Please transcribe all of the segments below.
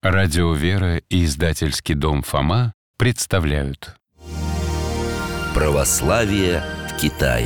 Радио «Вера» и издательский дом «Фома» представляют Православие в Китае.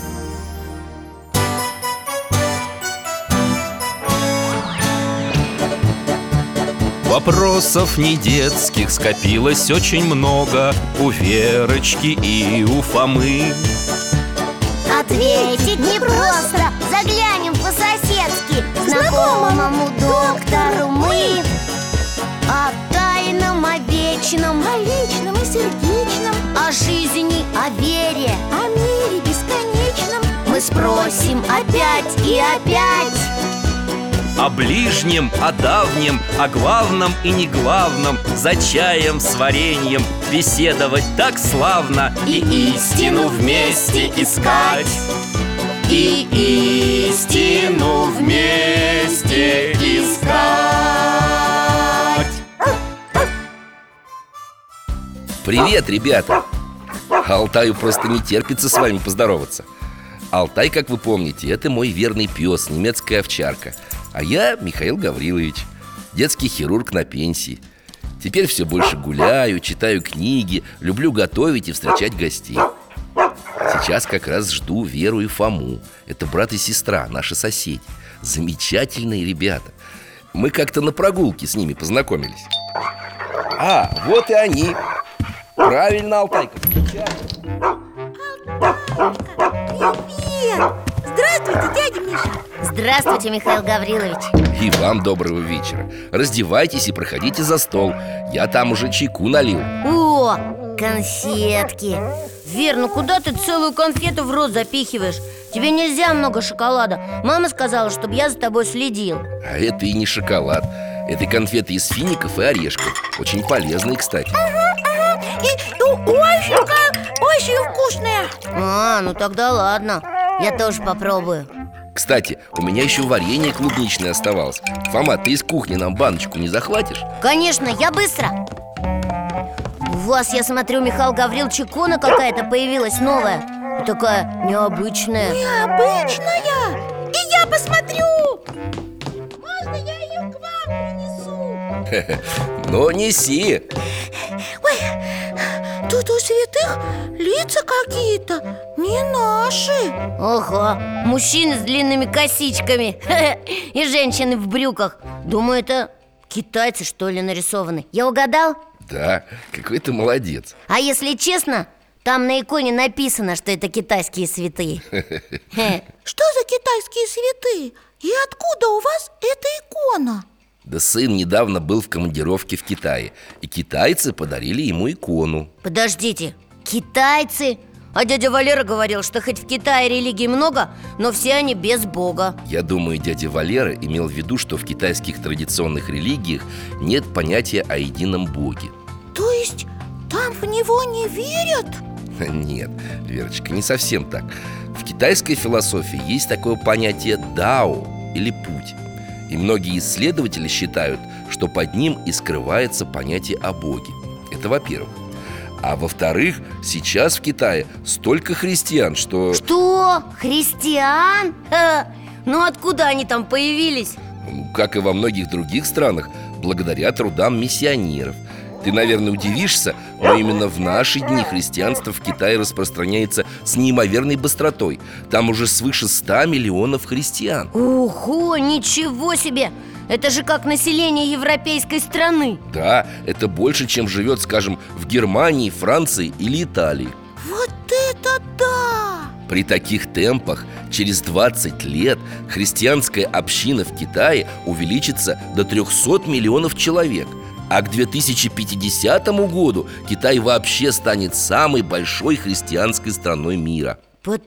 Вопросов не детских скопилось очень много у Верочки и у Фомы. Ответить непросто, заглянем по-соседски знакомому доктору мы. О тайном, о вечном, о личном и сердечном, о жизни, о вере, о мире бесконечном мы спросим опять и опять. О ближнем, о давнем, о главном и неглавном, за чаем с вареньем беседовать так славно. И истину вместе искать, и истину вместе искать. Привет, ребята! Алтаю просто не терпится с вами поздороваться. Алтай, как вы помните, это мой верный пес, немецкая овчарка. А я Михаил Гаврилович, детский хирург на пенсии. Теперь все больше гуляю, читаю книги, люблю готовить и встречать гостей. Сейчас как раз жду Веру и Фому. Это брат и сестра, наши соседи. Замечательные ребята. Мы как-то на прогулке с ними познакомились. А, вот и они. Правильно, Алтайка. Привет! Здравствуйте, дядя Миша! Здравствуйте, Михаил Гаврилович. И вам доброго вечера. Раздевайтесь и проходите за стол. Я там уже чайку налил. О, конфетки. Вер, ну куда ты целую конфету в рот запихиваешь? Тебе нельзя много шоколада. Мама сказала, чтобы я за тобой следил. А это и не шоколад. Это конфеты из фиников и орешков. Очень полезные, кстати. И очень вкусная. Ну тогда ладно. Я тоже попробую. Кстати, у меня еще варенье клубничное оставалось. Фома, ты из кухни нам баночку не захватишь? Конечно, я быстро. У вас, я смотрю, Михаил Гаврилович, икона какая-то появилась новая. И такая необычная. Необычная? И я посмотрю. Можно я ее к вам принесу? Но неси. Ой, тут у святых лица какие-то не наши. Ага, мужчины с длинными косичками и женщины в брюках. Думаю, это китайцы, что ли, нарисованы. Я угадал? Да, какой ты молодец. А если честно, там на иконе написано, что это китайские святые. Что за китайские святые? И откуда у вас эта икона? Да сын недавно был в командировке в Китае, и китайцы подарили ему икону. Подождите, китайцы? А дядя Валера говорил, что хоть в Китае религий много, но все они без Бога. Я думаю, дядя Валера имел в виду, что в китайских традиционных религиях нет понятия о едином Боге. То есть там в него не верят? Нет, Верочка, не совсем так. В китайской философии есть такое понятие дао или путь. И многие исследователи считают, что под ним и скрывается понятие о Боге. Это во-первых. А во-вторых, сейчас в Китае столько христиан, что... Что? Христиан? Ну откуда они там появились? Как и во многих других странах, благодаря трудам миссионеров. Ты, наверное, удивишься, но именно в наши дни христианство в Китае распространяется с неимоверной быстротой. Там уже свыше 100 миллионов христиан. Ого, ничего себе! Это же как население европейской страны. Да, это больше, чем живет, скажем, в Германии, Франции или Италии. Вот это да! При таких темпах через 20 лет христианская община в Китае увеличится до 300 миллионов человек. А к 2050 году Китай вообще станет самой большой христианской страной мира.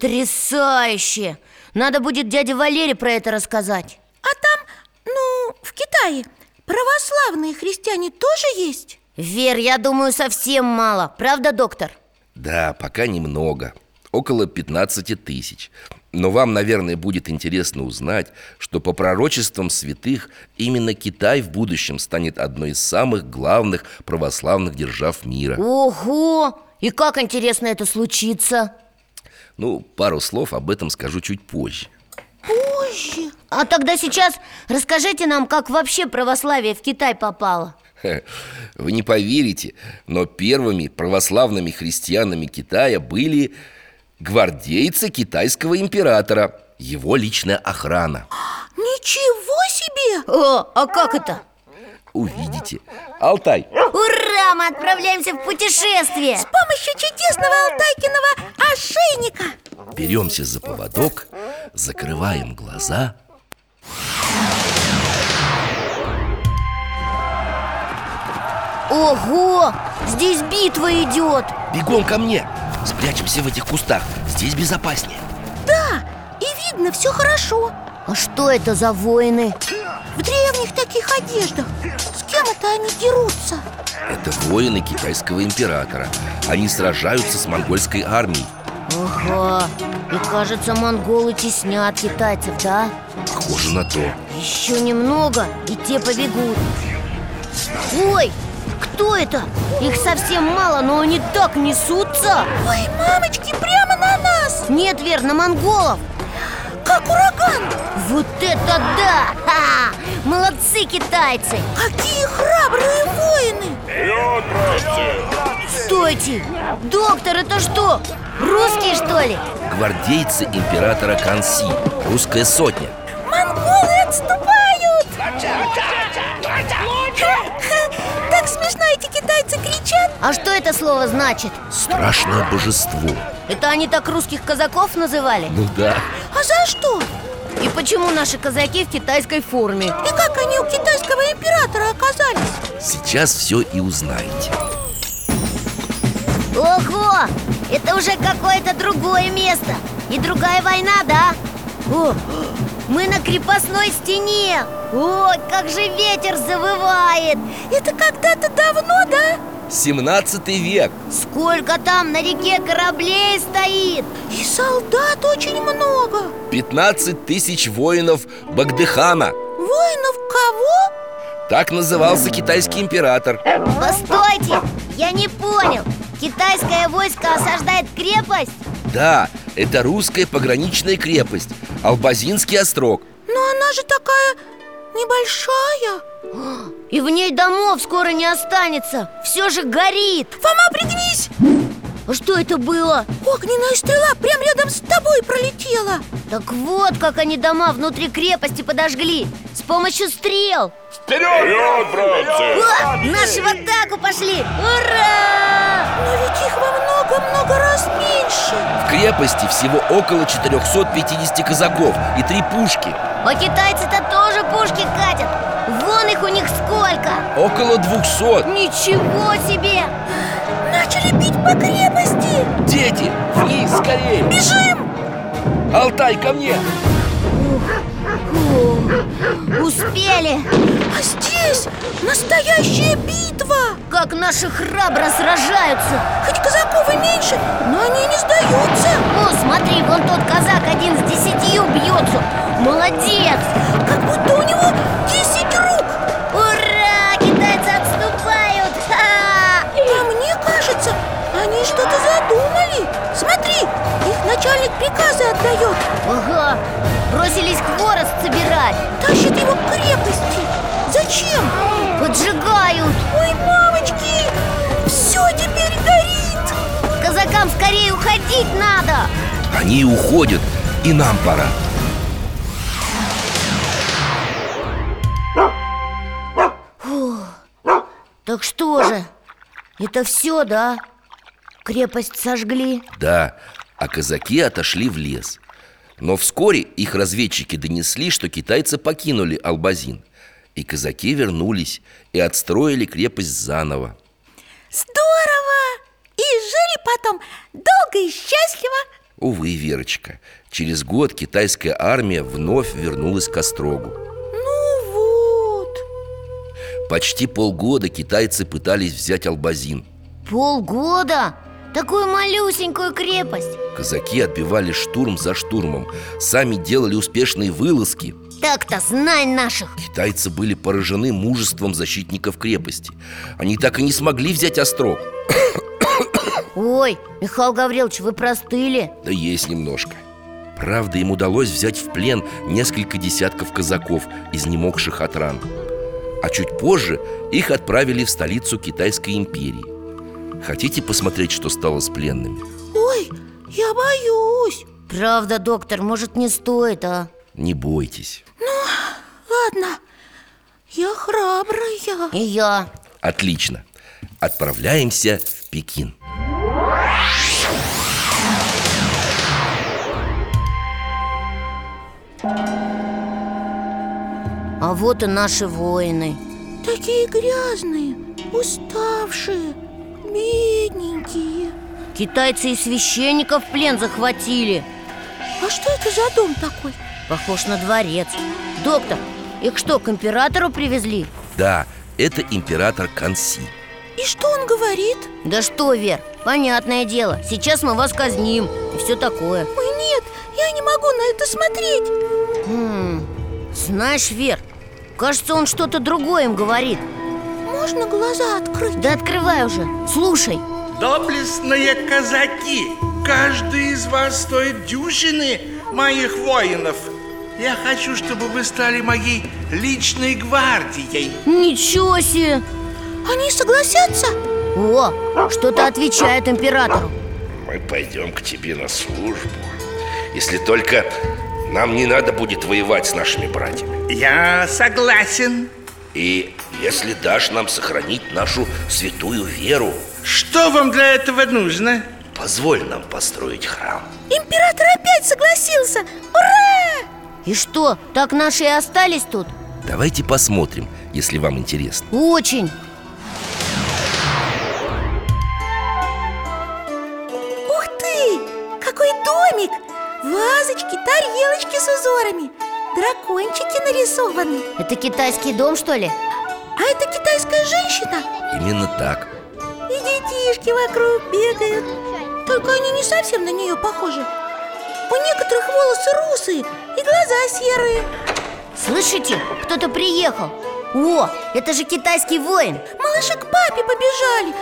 Потрясающе! Надо будет дяде Валере про это рассказать. А там, в Китае православные христиане тоже есть? Вер, я думаю, совсем мало. Правда, доктор? Да, пока немного. Около 15 тысяч. Но вам, наверное, будет интересно узнать, что по пророчествам святых именно Китай в будущем станет одной из самых главных православных держав мира. Ого! И как интересно это случится? Пару слов об этом скажу чуть позже. Позже? А тогда сейчас расскажите нам, как вообще православие в Китай попало. Вы не поверите, но первыми православными христианами Китая были гвардейцы китайского императора, его личная охрана. Ничего себе! О, а как это? Увидите. Алтай, Ура, мы отправляемся в путешествие! С помощью чудесного Алтайкиного ошейника. беремся за поводок, закрываем глаза. Ого, здесь битва идет. Бегом ко мне. Спрячемся в этих кустах, здесь безопаснее. Да, и видно, все хорошо. А что это за воины? В древних таких одеждах. С кем это они дерутся? Это воины китайского императора. Они сражаются с монгольской армией. Ага, и кажется, монголы теснят китайцев, да? Похоже на то. Еще немного, и те побегут. Ой, кто это? Их совсем мало, но они так несутся. Ой, мамочки, прямо на нас! Нет, верно, монголов. Как ураган! Вот это да! Ха! Молодцы китайцы! Какие храбрые воины! Стойте! Доктор, это что? Русские, что ли? Гвардейцы императора Канси, русская сотня. Монголы отступают! Так смешно эти китайцы кричат. А что это слово значит? Страшное божество. Это они так русских казаков называли? Ну да. А за что? И почему наши казаки в китайской форме? И как они у китайского императора оказались? Сейчас все и узнаете. Ого! Это уже какое-то другое место. И другая война, да? О, мы на крепостной стене. Ой, как же ветер завывает. Это когда-то давно, да? 17 век. Сколько там на реке кораблей стоит. И солдат очень много. 15 тысяч воинов Багдыхана. Воинов кого? Так назывался китайский император. Постойте, я не понял. Китайское войско осаждает крепость? Да, это русская пограничная крепость, Албазинский острог. Но она же такая небольшая. И в ней домов скоро не останется. Все же горит. Фома, пригнись! А что это было? Огненная стрела прямо рядом с тобой пролетела. Так вот, как они дома внутри крепости подожгли. С помощью стрел. Вперед, братцы! О, наши в атаку пошли. Ура! Но ведь их во много-много раз меньше. В крепости всего около 450 казаков и 3 пушки. А китайцы-то тоже пушки катят. Вон их у них сколько. Около 200. Ничего себе! Начали бить по крепости. Дети, вниз скорее! Бежим! Алтай, ко мне! Успели! А здесь настоящая битва. Как наши храбро сражаются. Хоть казаков и меньше, но они не сдаются. О, смотри, вон тот казак 1 с 10 бьется. Молодец! Как будто у него 10 рук. Ура! Китайцы отступают! Ха! А мне кажется, они что-то задумали. Смотри, их начальник приказы отдает. Ага, бросились хворост собирать. Тащит его к крепости. Зачем? Поджигают. Ой, мамочки, все теперь горит. Казакам скорее уходить надо. Они уходят, и нам пора. Так что же, это все, да? Крепость сожгли? Да, а казаки отошли в лес. Но вскоре их разведчики донесли, что китайцы покинули Албазин. И казаки вернулись и отстроили крепость заново. Здорово! И жили потом долго и счастливо. Увы, Верочка, через год китайская армия вновь вернулась к острогу. Ну вот. Почти полгода китайцы пытались взять Албазин. Полгода? Такую малюсенькую крепость. Казаки отбивали штурм за штурмом, сами делали успешные вылазки. Так-то знай наших. Китайцы были поражены мужеством защитников крепости. Они так и не смогли взять острог. Ой, Михаил Гаврилович, вы простыли. Да есть немножко. Правда, им удалось взять в плен несколько десятков казаков, изнемогших от ран. А чуть позже их отправили в столицу Китайской империи. Хотите посмотреть, что стало с пленными? Ой, я боюсь. Правда, доктор, может, не стоит, а? Не бойтесь. Ладно, я храбрая. И я. Отлично. Отправляемся в Пекин. А вот и наши воины. Такие грязные, уставшие, бедненькие. Китайцы и священников в плен захватили. А что это за дом такой? Похож на дворец. Доктор, их что, к императору привезли? Да, это император Канси. И что он говорит? Да что, Вер, понятное дело. Сейчас мы вас казним и все такое. Ой, нет, я не могу на это смотреть. Знаешь, Вер, кажется, он что-то другое им говорит. Можно глаза открыть? Да открывай уже, слушай. Доблестные казаки, каждый из вас стоит дюжины моих воинов. Я хочу, чтобы вы стали моей личной гвардией. Ничего себе! Они согласятся? О, что-то отвечает императору. Мы пойдем к тебе на службу, если только нам не надо будет воевать с нашими братьями. Я согласен. И если дашь нам сохранить нашу святую веру, Что вам для этого нужно? позволь нам построить храм. Император опять согласился! Ура! И что, так наши и остались тут? Давайте посмотрим, если вам интересно. Очень. Ух ты! Какой домик! Вазочки, тарелочки с узорами, дракончики нарисованы. Это китайский дом, что ли? А это китайская женщина. Именно так. И детишки вокруг бегают. Только они не совсем на нее похожи. У некоторых волосы русые и глаза серые. Слышите, кто-то приехал. О, это же китайский воин. Малыши к папе побежали.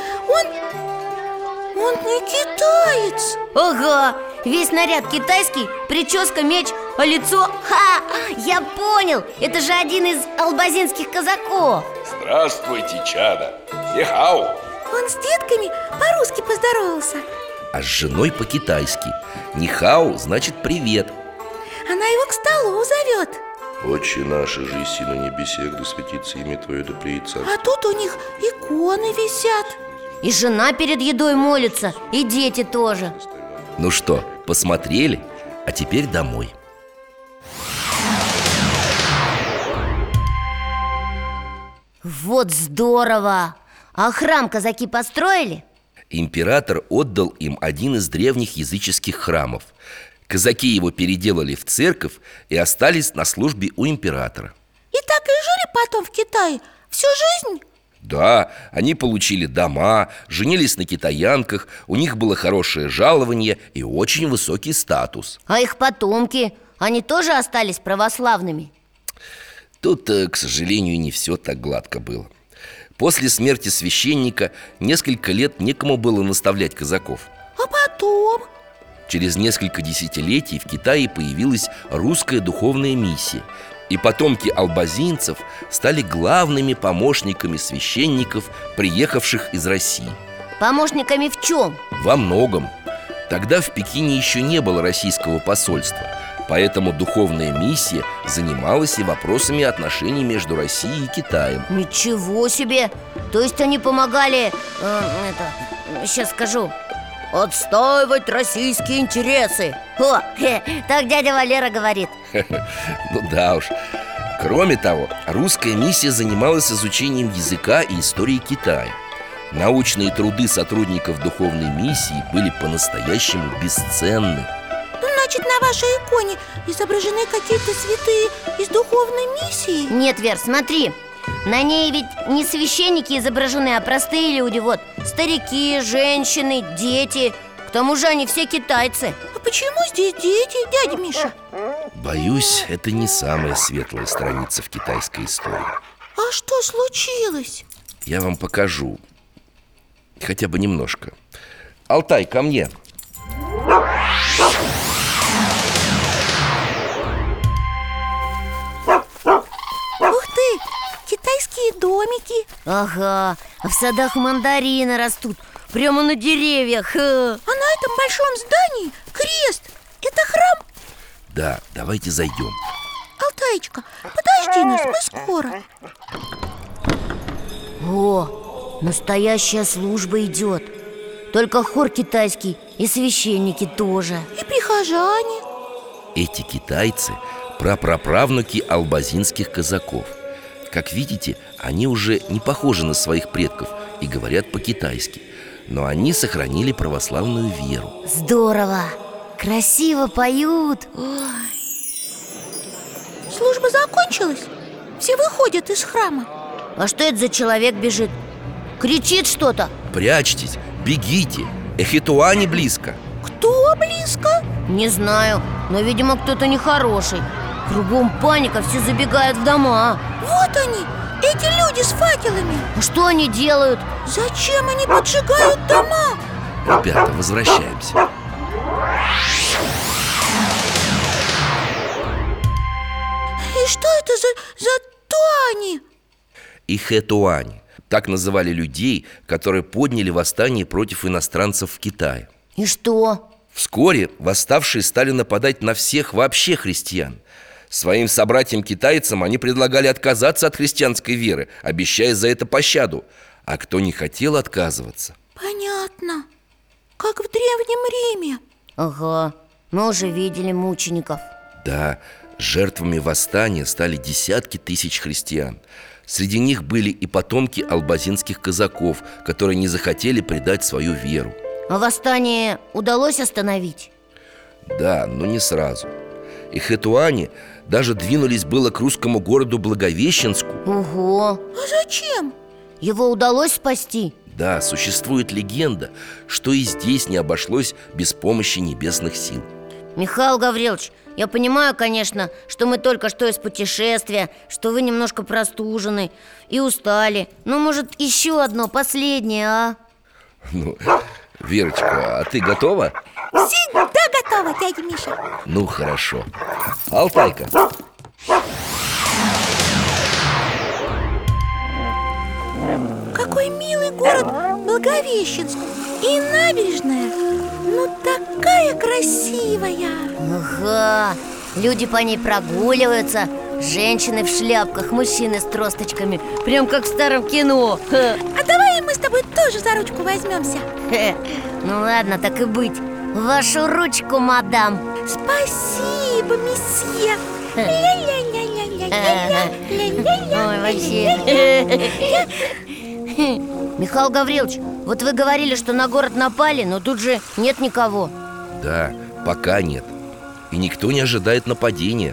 Он не китаец. Ага, весь наряд китайский, прическа, меч, а лицо... Ха, я понял, это же один из албазинских казаков. Здравствуйте, чада. Нихао. Он с детками по-русски поздоровался. А с женой по-китайски. Нихао значит привет. Она его к столу зовет. Отче наш, жиси на небесе, да светится имя Твое, да приидет царство. А тут у них иконы висят. И жена перед едой молится, и дети тоже. Ну что, посмотрели? А теперь домой. Вот здорово! А храм казаки построили? Император отдал им один из древних языческих храмов. Казаки его переделали в церковь и остались на службе у императора. И так и жили потом в Китае всю жизнь? Да, они получили дома, женились на китаянках, у них было хорошее жалование и очень высокий статус. А их потомки, они тоже остались православными? Тут, к сожалению, не все так гладко было. После смерти священника несколько лет некому было наставлять казаков. А потом? Через несколько десятилетий в Китае появилась русская духовная миссия, и потомки албазинцев стали главными помощниками священников, приехавших из России. Помощниками в чем? Во многом. Тогда в Пекине еще не было российского посольства, поэтому духовная миссия занималась и вопросами отношений между Россией и Китаем. Ничего себе! То есть они помогали, сейчас скажу, отстаивать российские интересы. О, так дядя Валера говорит. Ну да уж. Кроме того, русская миссия занималась изучением языка и истории Китая. Научные труды сотрудников духовной миссии были по-настоящему бесценны. Значит, на вашей иконе изображены какие-то святые из духовной миссии? Нет, Вер, смотри, на ней ведь не священники изображены, а простые люди. Вот, старики, женщины, дети. К тому же они все китайцы. А почему здесь дети, дядя Миша? Боюсь, это не самая светлая страница в китайской истории. А что случилось? Я вам покажу. Хотя бы немножко. Алтай, ко мне. Ага, а в садах мандарины растут прямо на деревьях. А на этом большом здании крест. Это храм? Да, давайте зайдем. Алтаечка, подожди нас, мы скоро. О, настоящая служба идет. Только хор китайский и священники тоже. И прихожане. Эти китайцы – прапраправнуки албазинских казаков. Как видите, они уже не похожи на своих предков и говорят по-китайски. Но они сохранили православную веру. Здорово! Красиво поют. Служба закончилась. Все выходят из храма. А что это за человек бежит? Кричит что-то. Прячьтесь, бегите, Эхетуани близко. Кто близко? Не знаю, но, видимо, кто-то нехороший. Кругом паника, все забегают в дома. Вот они, эти люди с факелами. А что они делают? Зачем они поджигают дома? Ребята, возвращаемся. И что это за туани? Эхетуани. Так называли людей, которые подняли восстание против иностранцев в Китае. И что? Вскоре восставшие стали нападать на всех вообще христиан. Своим собратьям-китайцам они предлагали отказаться от христианской веры, обещая за это пощаду. А кто не хотел отказываться? Понятно. Как в Древнем Риме. Ага, мы уже видели мучеников. Да, жертвами восстания стали десятки тысяч христиан. Среди них были и потомки албазинских казаков, которые не захотели предать свою веру. А восстание удалось остановить? Да, но не сразу. Эхетуани даже двинулись было к русскому городу Благовещенску. Ого! А зачем? Его удалось спасти? Да, существует легенда, что и здесь не обошлось без помощи небесных сил. Михаил Гаврилович, я понимаю, конечно, что мы только что из путешествия, что вы немножко простужены и устали. Но, может, еще одно, последнее, а? Ну, Верочка, а ты готова? Всегда готова, дядя Миша. Ну, хорошо. Алтайка. Какой милый город Благовещенск. И набережная, ну такая красивая. Ага, люди по ней прогуливаются. Женщины в шляпках, мужчины с тросточками. Прям как в старом кино. Ха. А давай мы с тобой тоже за ручку возьмемся. Ну ладно, так и быть. Вашу ручку, мадам. Спасибо, месье. Ой, вообще. Михаил Гаврилович, вот вы говорили, что на город напали, но тут же нет никого. Да, пока нет. И никто не ожидает нападения.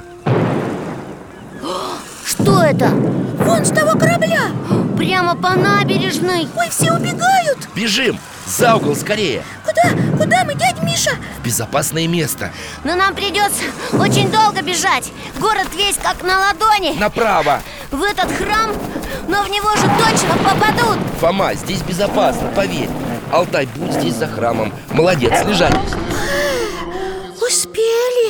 Что это? Вон с того корабля. Прямо по набережной. Ой, все убегают. Бежим! За угол скорее! Куда мы, дядя Миша? В безопасное место. Но нам придется очень долго бежать. Город весь как на ладони. Направо! В этот храм, но в него же точно попадут. Фома, здесь безопасно, поверь. Алтай, будь здесь за храмом. Молодец, лежать. Успели.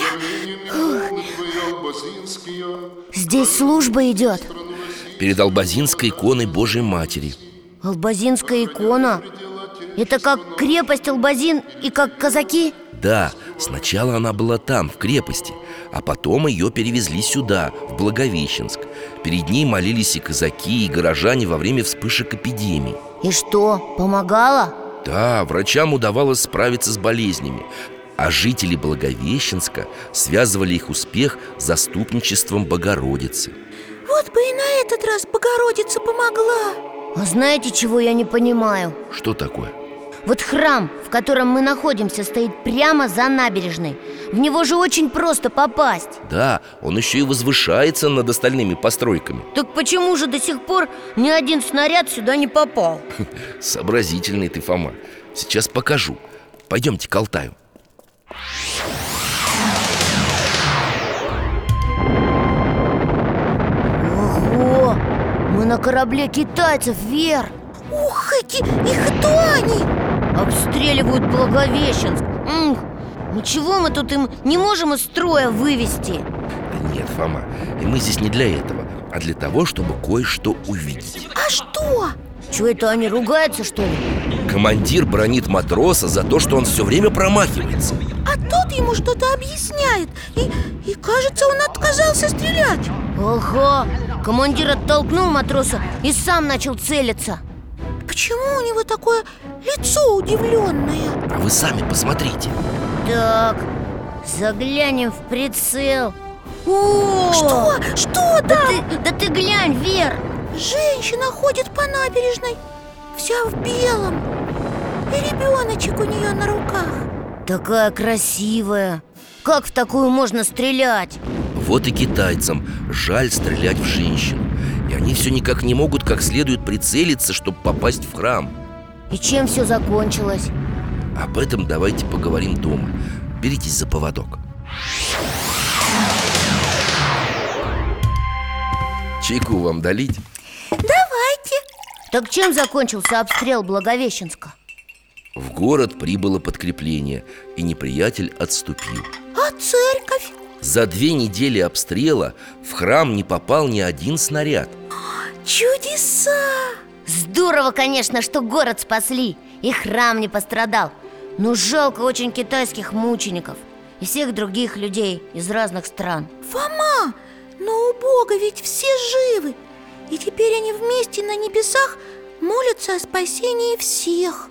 Здесь служба идет. Перед албазинской иконой Божьей Матери. Албазинская икона? Это как крепость Албазин и как казаки? Да, сначала она была там, в крепости, а потом ее перевезли сюда, в Благовещенск. Перед ней молились и казаки, и горожане во время вспышек эпидемии. И что, помогала? Да, врачам удавалось справиться с болезнями, а жители Благовещенска связывали их успех с заступничеством Богородицы. Вот бы и на этот раз Богородица помогла. А знаете, чего я не понимаю? Что такое? Вот храм, в котором мы находимся, стоит прямо за набережной. В него же очень просто попасть. Да, он еще и возвышается над остальными постройками. Так почему же до сих пор ни один снаряд сюда не попал? Сообразительный ты, Фома. Сейчас покажу. Пойдемте к Алтаю. Ого! Мы на корабле китайцев, Вер! Ух, эти эхетуани! Обстреливают Благовещенск. Ничего мы тут им не можем из строя вывести. Нет, Нет, Фома, и мы здесь не для этого, а для того, чтобы кое-что увидеть. А что? Чего это они ругаются, что ли? Командир бранит матроса за то, что он все время промахивается. А тот ему что-то объясняет и кажется, он отказался стрелять. Ага, командир оттолкнул матроса и сам начал целиться. Почему у него такое лицо удивленное? А вы сами посмотрите. Так, заглянем в прицел. О! Что там? Да ты глянь, Вер! Женщина ходит по набережной, вся в белом, и ребеночек у нее на руках. Такая красивая. Как в такую можно стрелять? Вот и китайцам жаль стрелять в женщину. И они все никак не могут как следует прицелиться, чтобы попасть в храм. И чем все закончилось? Об этом давайте поговорим дома. Беритесь за поводок. Чайку вам долить? Давайте. Так чем закончился обстрел Благовещенска? В город прибыло подкрепление, и неприятель отступил. А церковь? За 2 недели обстрела в храм не попал ни один снаряд. Чудеса! Здорово, конечно, что город спасли, и храм не пострадал. Но жалко очень китайских мучеников и всех других людей из разных стран. Фома, но у Бога ведь все живы, и теперь они вместе на небесах молятся о спасении всех.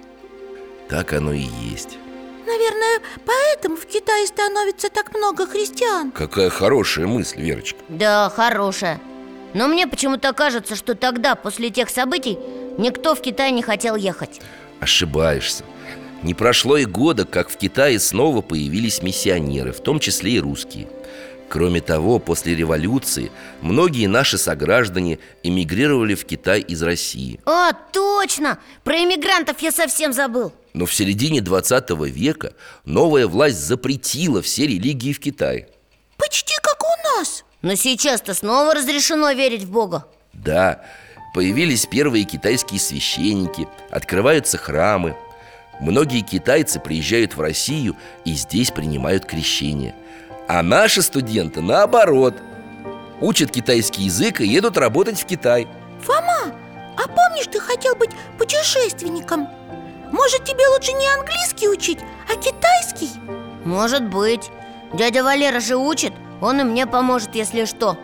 Так оно и есть. Наверное, поэтому в Китае становится так много христиан. Какая хорошая мысль, Верочка. Да, хорошая. Но мне почему-то кажется, что тогда, после тех событий, никто в Китай не хотел ехать. Ошибаешься. Не прошло и года, как в Китае снова появились миссионеры, в том числе и русские. Кроме того, после революции многие наши сограждане эмигрировали в Китай из России. А, точно! Про эмигрантов я совсем забыл. Но в середине 20 века новая власть запретила все религии в Китае. Почти как у нас. Но сейчас-то снова разрешено верить в Бога. Да, появились первые китайские священники, открываются храмы. Многие китайцы приезжают в Россию и здесь принимают крещение. А наши студенты, наоборот, учат китайский язык и едут работать в Китай. Фома, а помнишь, ты хотел быть путешественником? Может, тебе лучше не английский учить, а китайский? Может быть. Дядя Валера же учит. Он и мне поможет, если что.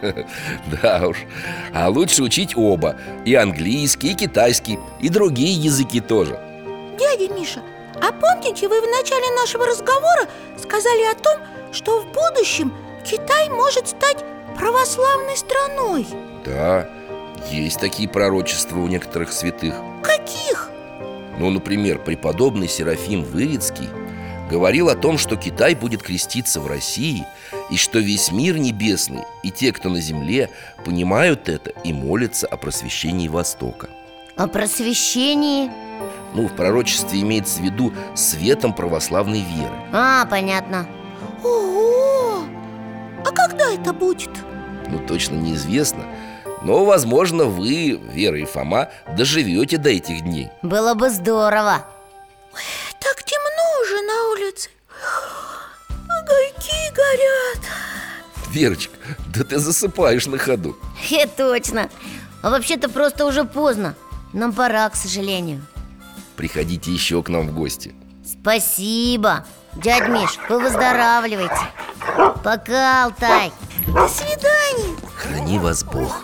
Да уж. А лучше учить оба. И английский, и китайский, и другие языки тоже. Дядя Миша, а помните, вы в начале нашего разговора сказали о том, что в будущем Китай может стать православной страной? Да, есть такие пророчества у некоторых святых. Каких? Ну, например, преподобный Серафим Вырицкий говорил о том, что Китай будет креститься в России, и что весь мир небесный и те, кто на земле, понимают это и молятся о просвещении Востока. О просвещении? Ну, в пророчестве имеется в виду светом православной веры. А, понятно. Ого! А когда это будет? Ну, точно неизвестно. Но, возможно, вы, Вера и Фома, доживете до этих дней. Было бы здорово. Так темно уже на улице. Огоньки горят. Верочка, да ты засыпаешь на ходу. Точно. А вообще-то просто уже поздно. Нам пора, к сожалению. Приходите еще к нам в гости. Спасибо. Дядь Миш, вы выздоравливайте. Пока, Алтай. До свидания. Храни вас Бог.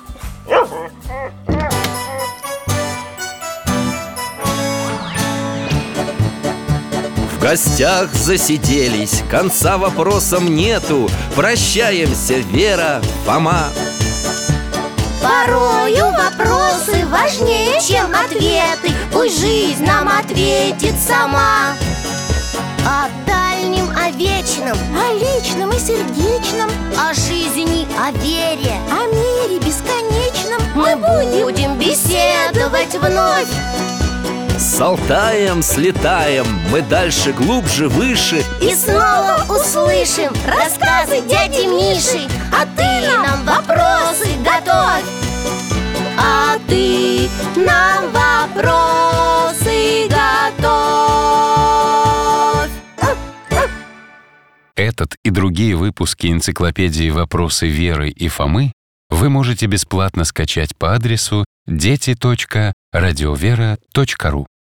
В гостях засиделись, конца вопросам нету. Прощаемся, Вера, Фома. Порою вопросы важнее, чем ответы. Пусть жизнь нам ответит сама. О дальнем, о вечном, О личном и сердечном, о жизни, о вере о мире бесконечном мы будем беседовать вновь. С Алтаем слетаем, мы дальше, глубже, выше. И снова услышим рассказы дяди Миши. А ты нам вопросы готовь. А ты нам вопросы готовь. Этот и другие выпуски энциклопедии «Вопросы Веры и Фомы» вы можете бесплатно скачать по адресу дети.радиовера.ру.